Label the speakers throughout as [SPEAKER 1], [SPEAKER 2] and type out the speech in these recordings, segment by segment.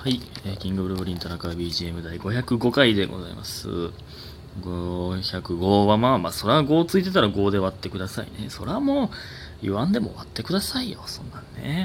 [SPEAKER 1] はい、キングブルーブリン田中 BGM 第505回でございます。505はまあ、そら5ついてたら5で割ってくださいね。そらもう、言わんでも割ってくださいよ、そんなんね。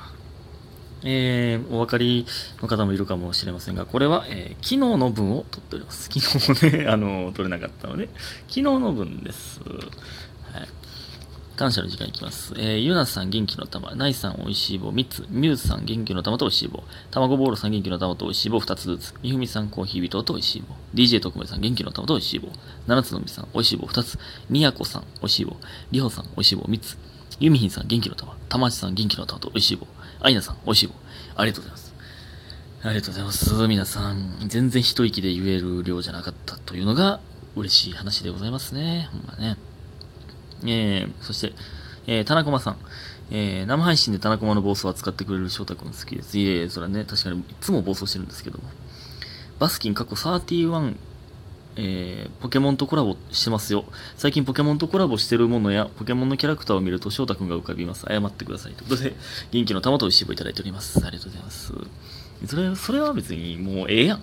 [SPEAKER 1] お分かりの方もいるかもしれませんが、これは、昨日の分を取っております。昨日ね、取れなかったので、昨日の分です。はい。感謝の時間いきます。ゆなさん元気の玉、ないさんおいしい棒3つ、ミューズさん元気の玉とおいしい棒、たまごボールさん元気の玉とおいしい棒2つずつ、みふみさんコーヒー人とおいしい棒、DJ 特命さん元気の玉とおいしい棒、七つのみさんおいしい棒2つ、みやこさんおいしい棒、りほさんおいしい棒3つ、ゆみひんさん元気の玉、たまちさん元気の玉とおいしい棒、あいなさんおいしい棒、ありがとうございます。ありがとうございます。皆さん、全然一息で言える量じゃなかったというのが嬉しい話でございますね。ほんまね。そして、田中さん。生配信で田中の暴走を扱ってくれる翔太くん好きです。いえいえ、それはね、確かにいつも暴走してるんですけども。バスキン過去31、ポケモンとコラボしてますよ。最近ポケモンとコラボしてるものや、ポケモンのキャラクターを見ると翔太くんが浮かびます。謝ってください。ということで、元気の玉と石棒いただいております。ありがとうございます。それは別にもうええやん。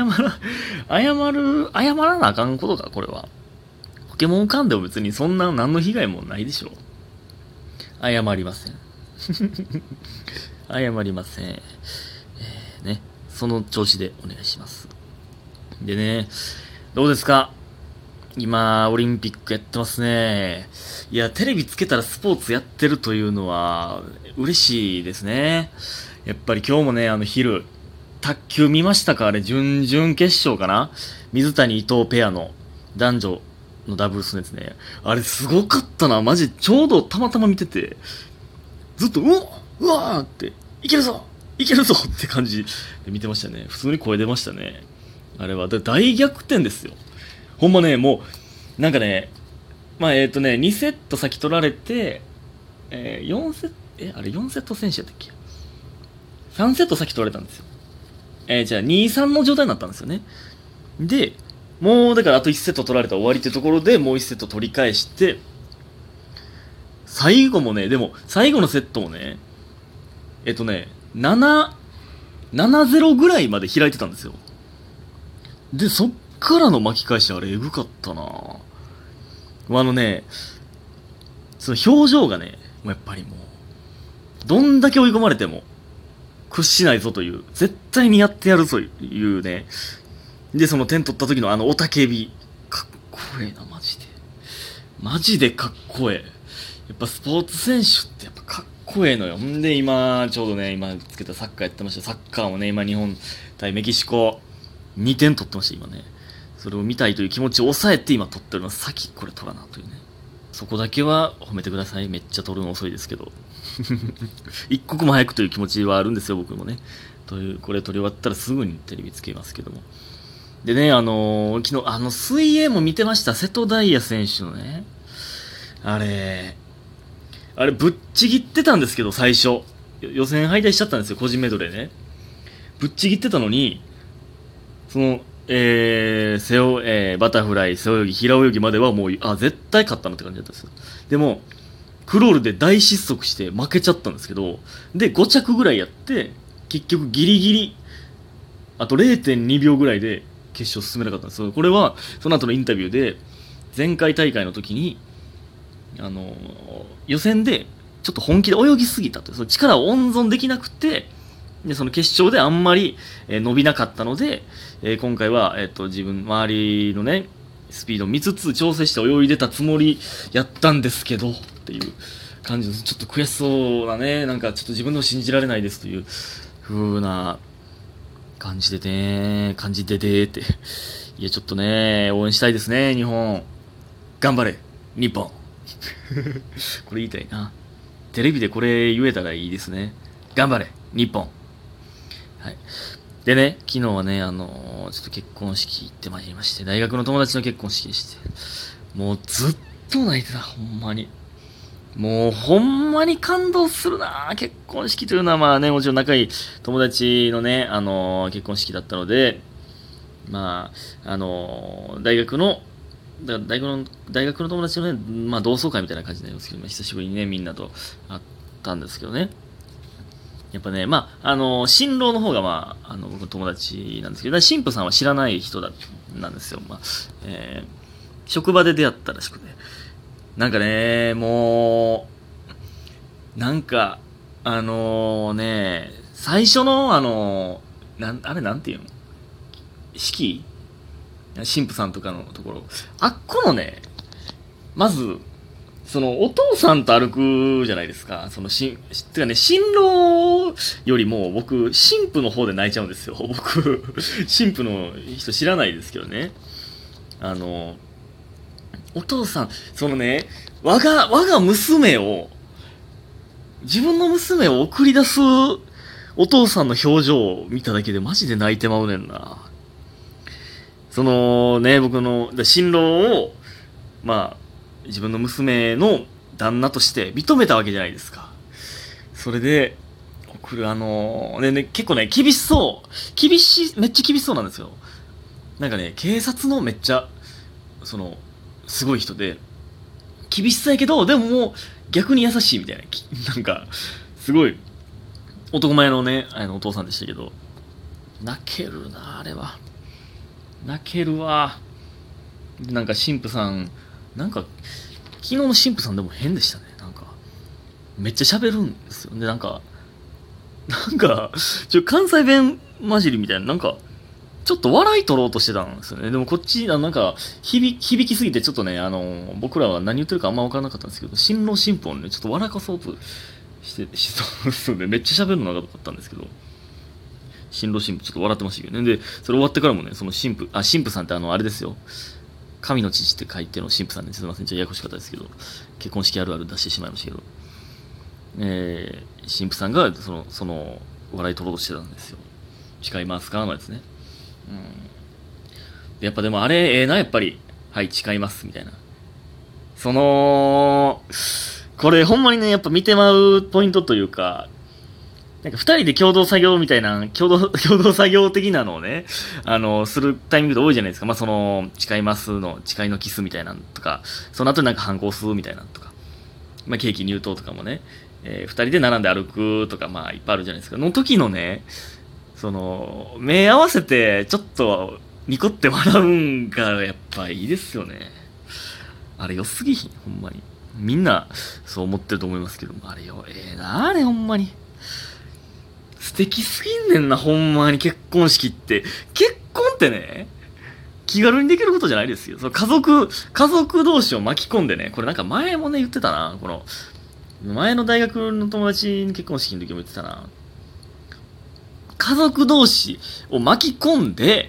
[SPEAKER 1] 謝らなあかんことか、これは。ポケモン関でも別にそんな何の被害もないでしょ。謝りません。謝りません。ね。その調子でお願いします。でね、どうですか今、オリンピックやってますね。いや、テレビつけたらスポーツやってるというのは、嬉しいですね。やっぱり今日もね、昼、卓球見ましたかあれ、準々決勝かな水谷伊藤ペアの男女のダブルスのやつね。あれすごかったな。マジ、ちょうどたまたま見てて、ずっと、うわーって、いけるぞいけるぞって感じで見てましたね。普通に声出ましたね。あれは、大逆転ですよ。ほんまね、もう、なんかね、2セット先取られて、4セット、あれ4セット選手やったっけ ?3 セット先取られたんですよ。じゃあ2、3の状態になったんですよね。で、もうだからあと1セット取られたら終わりってところでもう1セット取り返して、最後もね、でも最後のセットもね、7-0ぐらいまで開いてたんですよ。で、そっからの巻き返しあれエグかったなその表情がね、もうやっぱりもう、どんだけ追い込まれても、屈しないぞという、絶対にやってやるというね。で、その点取った時の雄たけび、かっこええな、マジで。マジでかっこええ。やっぱスポーツ選手ってやっぱかっこええのよ。んで今、ちょうどね、今つけたサッカーやってました。サッカーもね、今日本対メキシコ、2点取ってました、今ね。それを見たいという気持ちを抑えて今取ってるのは先これ取らなというね。そこだけは褒めてください。めっちゃ取るの遅いですけど。一刻も早くという気持ちはあるんですよ、僕もね。という、これ取り終わったらすぐにテレビつけますけども。でね、昨日、水泳も見てました。瀬戸大也選手のね。あれ、ぶっちぎってたんですけど、最初。予選敗退しちゃったんですよ、個人メドレーね。ぶっちぎってたのに、その、バタフライ、背泳ぎ、平泳ぎまではもう、絶対勝ったなって感じだったんですよ。でも、クロールで大失速して負けちゃったんですけど、で、5着ぐらいやって、結局ギリギリ、あと 0.2 秒ぐらいで決勝進めなかったんですよ。これは、その後のインタビューで、前回大会の時に、予選で、ちょっと本気で泳ぎすぎたと。その力を温存できなくて、で、その決勝であんまり、伸びなかったので、今回は、周りのね、スピードを見つつ調整して泳いでたつもりやったんですけど、っていう感じです。ちょっと悔しそうなね、なんかちょっと自分でも信じられないですという風な感じでね、感じでって。いや、ちょっとね、応援したいですね、日本。頑張れ、日本。これ言いたいな。テレビでこれ言えたらいいですね。頑張れ、日本。はい。でね、昨日はね、ちょっと結婚式行ってまいりまして、大学の友達の結婚式でして、もうずっと泣いてた、ほんまに。もうほんまに感動するな結婚式というのはまあね、もちろん仲いい友達のね、結婚式だったので、まあ、大学の友達のね、まあ同窓会みたいな感じになりますけど、久しぶりにね、みんなと会ったんですけどね。 やっぱね、新郎の方が僕の友達なんですけど、新婦さんは知らない人なんですよ。職場で出会ったらしくて。なんかね、もう、なんか、最初のあれなんていうの式新婦さんとかのところ。あっこのね、まず、お父さんと歩くじゃないですか。てかね、新郎よりも僕、新婦の方で泣いちゃうんですよ。僕、新婦の人知らないですけどね。お父さん、我が娘を、自分の娘を送り出すお父さんの表情を見ただけでマジで泣いてまうねんな。僕の、新郎を、自分の娘の旦那として認めたわけじゃないですか。それで、送る結構ね、めっちゃ厳しそうなんですよ。なんかね、警察のめっちゃ、すごい人で、厳しさやけど、でももう逆に優しいみたいな。なんか、すごい、男前のね、お父さんでしたけど、泣けるな、あれは。泣けるわ。なんか、神父さん、なんか、昨日の神父さんでも変でしたね。なんか、めっちゃ喋るんですよ。で、関西弁混じりみたいな、ちょっと笑い取ろうとしてたんですよね。でもこっち、響きすぎてちょっとね、僕らは何言ってるかあんま分からなかったんですけど、新郎新婦をね、ちょっと笑かそうとしそうですので、めっちゃ喋るの長かったんですけど、新郎新婦ちょっと笑ってましたけどね。で、それ終わってからもね、新婦さんってあれですよ。神の父って書いての新婦さんですいません。ちょっとややこしかったですけど、結婚式あるある出してしまいましたけど、新婦さんが、笑い取ろうとしてたんですよ。誓いますかのやつね。うん。やっぱでもあれ、やっぱり。はい、誓います、みたいな。これほんまにね、やっぱ見てまうポイントというか、なんか二人で共同作業みたいな、共同作業的なのをね、するタイミングで多いじゃないですか。誓いますの、誓いのキスみたいなのとか、その後に反抗するみたいなのとか、ケーキ入刀とかもね、二人で並んで歩くとか、いっぱいあるじゃないですか。の時のね、目合わせて、ちょっと、ニコって笑うんが、やっぱいいですよね。あれ良すぎひん、ほんまに。みんな、そう思ってると思いますけど、あれよ、あれほんまに。素敵すぎんねんな、ほんまに結婚式って。結婚ってね、気軽にできることじゃないですよ。家族同士を巻き込んでね、これなんか前もね、言ってたな、前の大学の友達に結婚式の時も言ってたな。家族同士を巻き込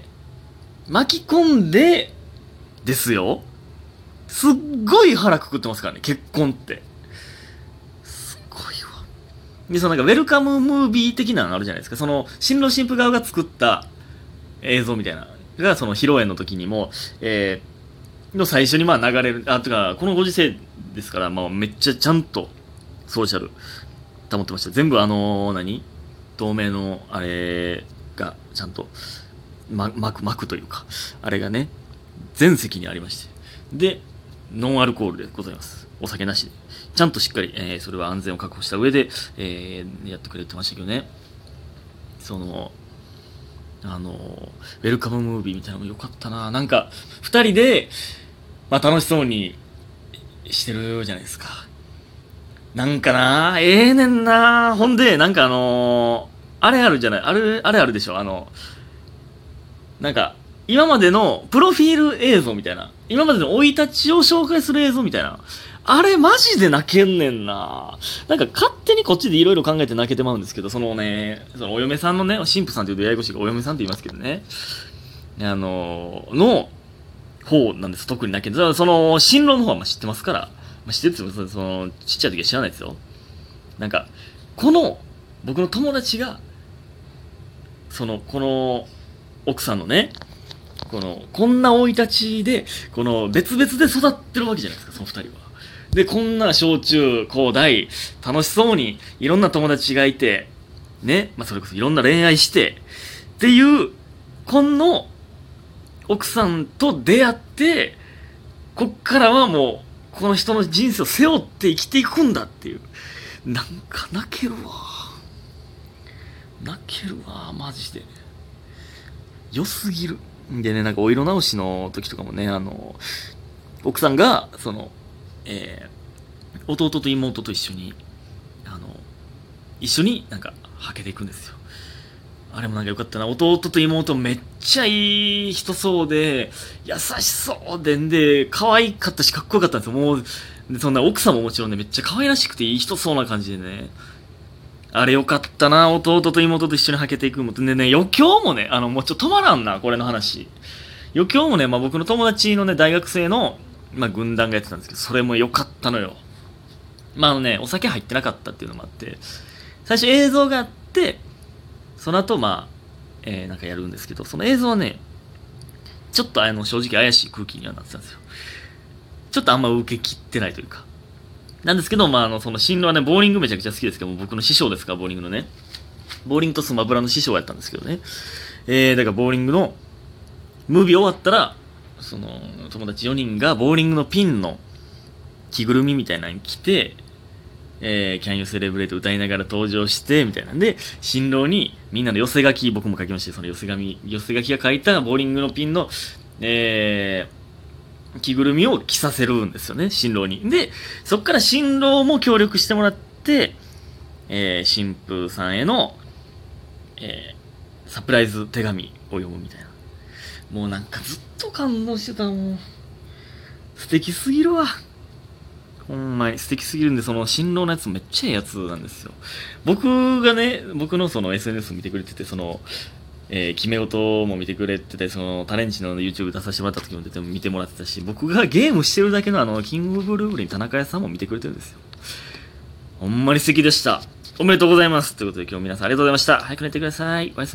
[SPEAKER 1] んで、ですよ。すっごい腹くくってますからね、結婚って。すごいわ。で、ウェルカムムービー的なのあるじゃないですか。新郎新婦側が作った映像みたいな。が、披露宴の時にも、の最初に流れる、てか、このご時世ですから、めっちゃちゃんと、ソーシャル、保ってました。全部透明の、あれが、ちゃんと、巻くというか、あれがね、全席にありまして。で、ノンアルコールでございます。お酒なしで。ちゃんとしっかり、それは安全を確保した上で、やってくれてましたけどね。ウェルカムムービーみたいなのも良かったな。なんか、二人で、楽しそうにしてるじゃないですか。なんかな、ねんな。ほんで、あれあるじゃない、あれあるでしょ、なんか、今までのプロフィール映像みたいな、今までの生い立ちを紹介する映像みたいな、あれマジで泣けんねんな。なんか勝手にこっちでいろいろ考えて泣けてまうんですけど、お嫁さんのね、神父さんというとややこしいがお嫁さんって言いますけどね、の方なんです、特に泣けて。新郎の方は知ってますから、知ってるって言っても、ちっちゃい時は知らないですよ。なんか、僕の友達が、この、奥さんのね、こんな生い立ちで、別々で育ってるわけじゃないですか、その二人は。で、こんな小中高大、楽しそうに、いろんな友達がいて、ね、それこそいろんな恋愛して、っていう、この、奥さんと出会って、こっからはもう、この人の人生を背負って生きていくんだっていう。なんか泣けるわ。 泣けるわ、マジで。良すぎる。でね、なんかお色直しの時とかもね、奥さんが、弟と妹と一緒に、なんか、はけていくんですよ。あれもなんか良かったな。弟と妹めっちゃいい人そうで、優しそうで、可愛かったしかっこよかったんですよ。もう、でそんな奥さんももちろんね、めっちゃ可愛らしくていい人そうな感じでね。あれ良かったな。弟と妹と一緒にはけていくもん。でね、余興もね、もうちょっと止まらんな、これの話。余興もね、まあ僕の友達のね、大学生の、まあ軍団がやってたんですけど、それも良かったのよ。まあお酒入ってなかったっていうのもあって、最初映像があって、その後まあ、なんかやるんですけど、その映像はね、ちょっと正直怪しい空気にはなってたんですよ。ちょっとあんま受け切ってないというか。なんですけど、まあその新郎はね、ボーリングめちゃくちゃ好きですけども、僕の師匠ですから、ボーリングのね。ボーリングとスマブラの師匠やったんですけどね。だからボーリングの、ムービー終わったら、その、友達4人がボーリングのピンの着ぐるみみたいなのに着て、Can You Celebrate 歌いながら登場して、みたいなんで、新郎にみんなの寄せ書き、僕も書きましたその寄せ書きが書いたボーリングのピンの、着ぐるみを着させるんですよね、新郎に。で、そっから新郎も協力してもらって、新婦さんへの、サプライズ手紙を読むみたいな。もうなんかずっと感動してたもん。素敵すぎるわ。ほんまに素敵すぎるんで、その新郎のやつめっちゃいいやつなんですよ。僕がね、僕のその SNS 見てくれてて、その、決め事も見てくれてて、そのタレンチの YouTube 出させてもらった時も出て見てもらってたし、僕がゲームしてるだけのキングオブルーブリン田中屋さんも見てくれてるんですよ。ほんまに素敵でした。おめでとうございます。ということで今日皆さんありがとうございました。早く寝てください。おやすみ。